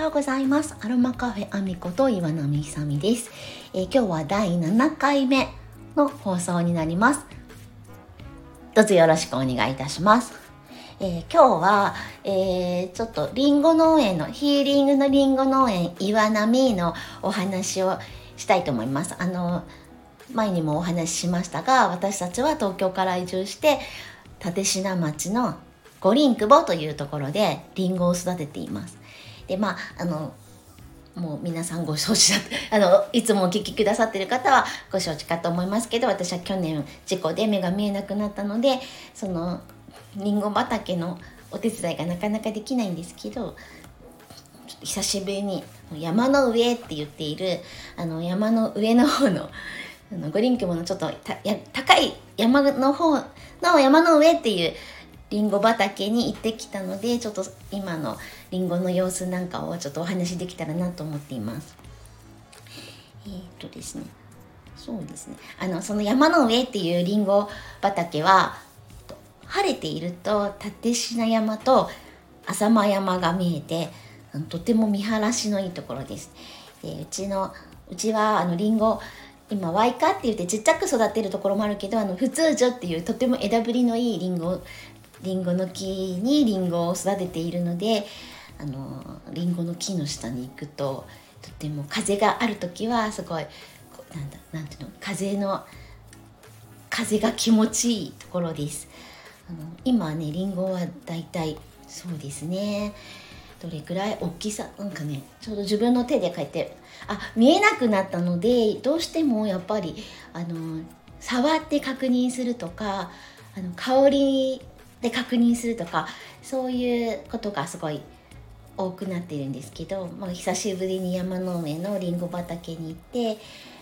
ようございます。アロマカフェアミこと岩波ひさみです。今日は第7回目の放送になります。どうぞよろしくお願いいたします。今日は、ちょっとリンゴ農園のヒーリングのリンゴ農園岩波のお話をしたいと思います。前にもお話ししましたが、私たちは東京から移住して立科町の五輪久保というところでリンゴを育てています。でもう皆さんご承知だいつもお聞きくださっている方はご承知かと思いますけど、私は去年事故で目が見えなくなったので、そのリンゴ畑のお手伝いがなかなかできないんですけど、ちょっと久しぶりに山の上って言っている山の上の方の五輪久保のちょっと高い山の方の山の上っていうリンゴ畑に行ってきたので、ちょっと今のリンゴの様子なんかをちょっとお話できたらなと思っています。ですね、そうですね、その山の上っていうリンゴ畑は晴れていると立科山と浅間山が見えて、とても見晴らしのいいところです。でうちはリンゴ今ワイカって言ってちっちゃく育ってるところもあるけど、普通樹っていうとても枝ぶりのいいリンゴの木にリンゴを育てているので、リンゴの木の下に行くととても風がある時はすごいなんていうの、風が気持ちいいところです。今ねリンゴはだいたいそうですね、どれくらい大きさちょうど自分の手でこうやって見えなくなったので、どうしてもやっぱり触って確認するとか香りで確認するとか、そういうことがすごい多くなっているんですけど、久しぶりに山の上のリンゴ畑に行って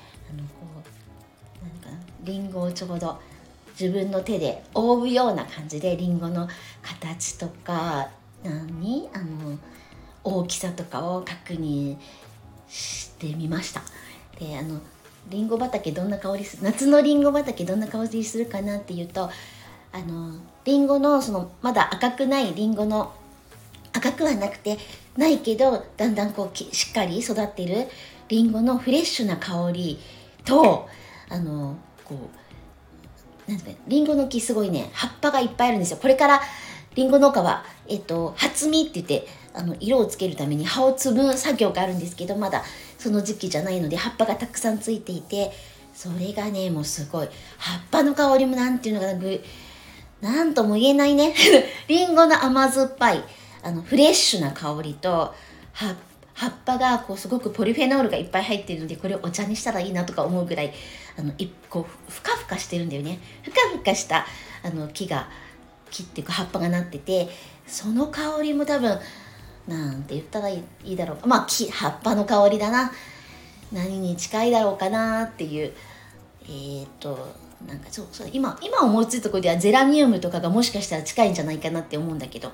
リンゴをちょうど自分の手で覆うような感じでリンゴの形とか大きさとかを確認してみました。でリンゴ畑どんな香りする、夏のリンゴ畑どんな香りするかなっていうと、リンゴのまだ赤くないリンゴの赤くはなくてないけどだんだんしっかり育ってるリンゴのフレッシュな香りとリンゴの木すごいね葉っぱがいっぱいあるんですよ。これからリンゴ農家は発芽って言って色をつけるために葉を摘む作業があるんですけど、まだその時期じゃないので葉っぱがたくさんついていて、それがねもうすごい葉っぱの香りもなんていうのかな、なんとも言えないねリンゴの甘酸っぱいフレッシュな香りと葉っぱがすごくポリフェノールがいっぱい入っているので、これをお茶にしたらいいなとか思うぐらいふかふかしてるんだよね。ふかふかした木っていうか葉っぱがなってて、その香りも多分なんて言ったらいいだろう、葉っぱの香りだな、何に近いだろうかなっていう今思いついたところではゼラニウムとかがもしかしたら近いんじゃないかなって思うんだけど、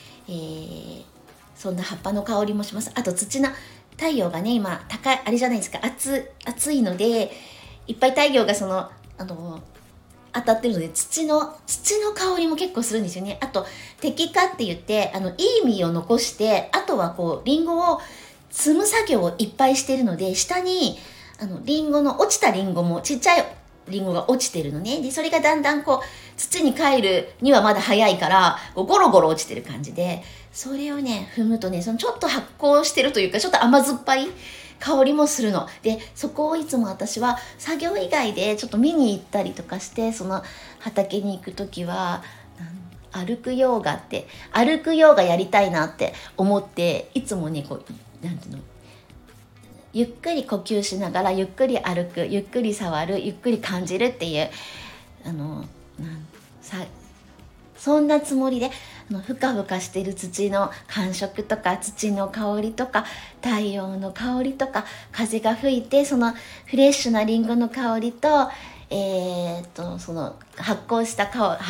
そんな葉っぱの香りもします。あと土の太陽がね今高いあれじゃないですか、暑いのでいっぱい太陽が当たってるので土の香りも結構するんですよね。あと摘果って言っていい実を残して、あとはリンゴを摘む作業をいっぱいしてるので、下にリンゴの落ちたリンゴもちっちゃいリンゴが落ちてるのね。でそれがだんだん土に帰るにはまだ早いからゴロゴロ落ちてる感じで、それをね踏むとねちょっと発酵してるというかちょっと甘酸っぱい香りもするので、そこをいつも私は作業以外でちょっと見に行ったりとかして、その畑に行くときは歩くヨーガやりたいなって思って、いつもねなんていうの、ゆっくり呼吸しながらゆっくり歩く、ゆっくり触る、ゆっくり感じるっていうそんなつもりでふかふかしてる土の感触とか土の香りとか太陽の香りとか風が吹いてそのフレッシュなリンゴの香りとその発酵した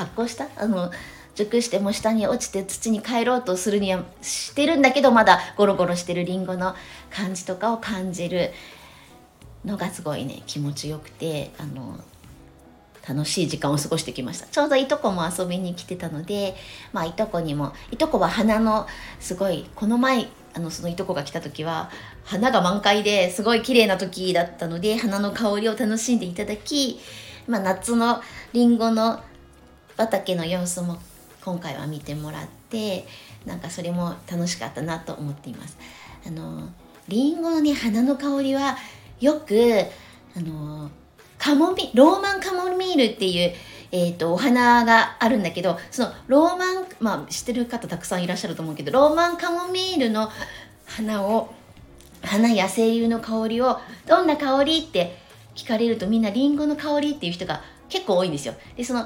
熟しても下に落ちて土に帰ろうとするにはしてるんだけど、まだゴロゴロしてるリンゴの感じとかを感じるのがすごいね気持ちよくて楽しい時間を過ごしてきました。ちょうどいとこも遊びに来てたので、いとこは花のすごいこの前そのいとこが来た時は花が満開ですごい綺麗な時だったので、花の香りを楽しんでいただき、夏のりんごの畑の様子も今回は見てもらって、なんかそれも楽しかったなと思っています。りんごのね、花の香りはよくローマンカモミールっていうお花があるんだけど、そのローマン、知ってる方たくさんいらっしゃると思うけど、ローマンカモミールの花や精油の香りをどんな香りって聞かれると、みんなリンゴの香りっていう人が結構多いんですよ。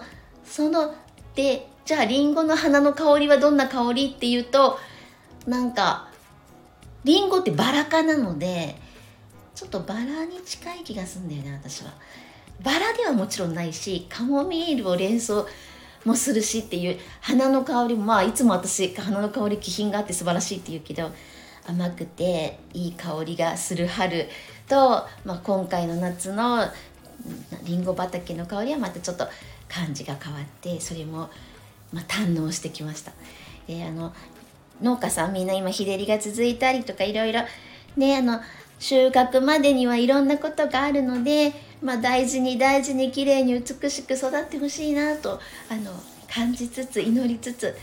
でじゃあリンゴの花の香りはどんな香りっていうと、なんかリンゴってバラ科なのでちょっとバラに近い気がするんだよね、私は。バラではもちろんないし、カモミールを連想もするしっていう、花の香りもいつも私花の香り気品があって素晴らしいって言うけど、甘くていい香りがする春と、今回の夏のりんご畑の香りはまたちょっと感じが変わって、それも堪能してきました。農家さんみんな今日照りが続いたりとかいろいろね、収穫までにはいろんなことがあるので、大事に大事に綺麗に美しく育ってほしいなと感じつつ、祈りつつ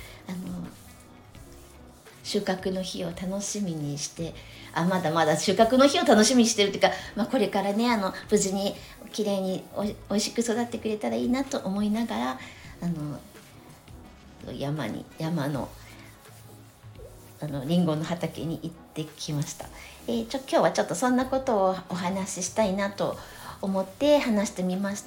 収穫の日を楽しみにして、まだまだ収穫の日を楽しみにしてるっていうか、これからね無事に綺麗においしく育ってくれたらいいなと思いながら山のリンゴの畑に行ってきました。今日はちょっとそんなことをお話ししたいなと思って話してみました。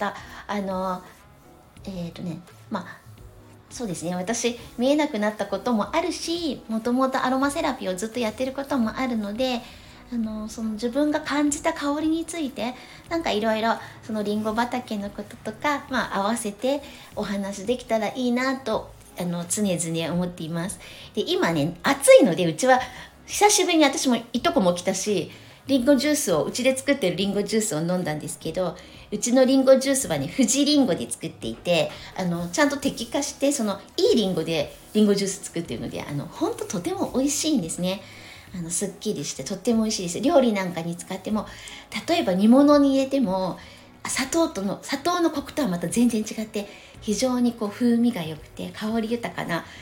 そうですね、私見えなくなったこともあるし、もともとアロマセラピーをずっとやってることもあるので、その自分が感じた香りについていろいろそのリンゴ畑のこととか、合わせてお話できたらいいなと常々思っています。で今ね、暑いのでうちは久しぶりに私もいとこも来たし、リンゴジュースをうちで作ってるリンゴジュースを飲んだんですけど、うちのリンゴジュースはね、富士リンゴで作っていて、ちゃんと摘果していいリンゴでリンゴジュース作ってるので、ほんととても美味しいんですね。すっきりしてとっても美味しいです。料理なんかに使っても、例えば煮物に入れても砂糖のコクとはまた全然違って、非常に風味が良くて香り豊かな、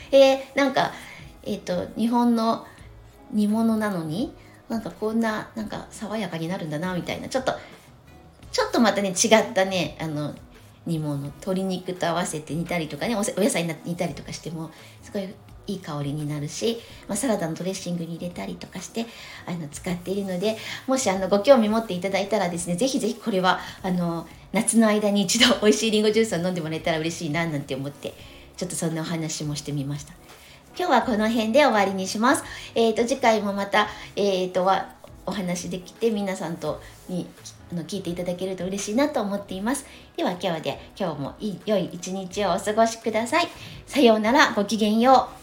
日本の煮物なのにこんな爽やかになるんだなみたいな、ちょっとまたね違ったね煮物、鶏肉と合わせて煮たりとかね、お野菜煮たりとかしてもすごいいい香りになるし、サラダのドレッシングに入れたりとかして使っているので、もしご興味持っていただいたらですね、ぜひぜひこれは夏の間に一度美味しいリンゴジュースを飲んでもらえたら嬉しいななんて思って、ちょっとそんなお話もしてみました。今日はこの辺で終わりにします。次回もまたお話できて皆さんと聞いていただけると嬉しいなと思っています。では今日も良い一日をお過ごしください。さようなら、ごきげんよう。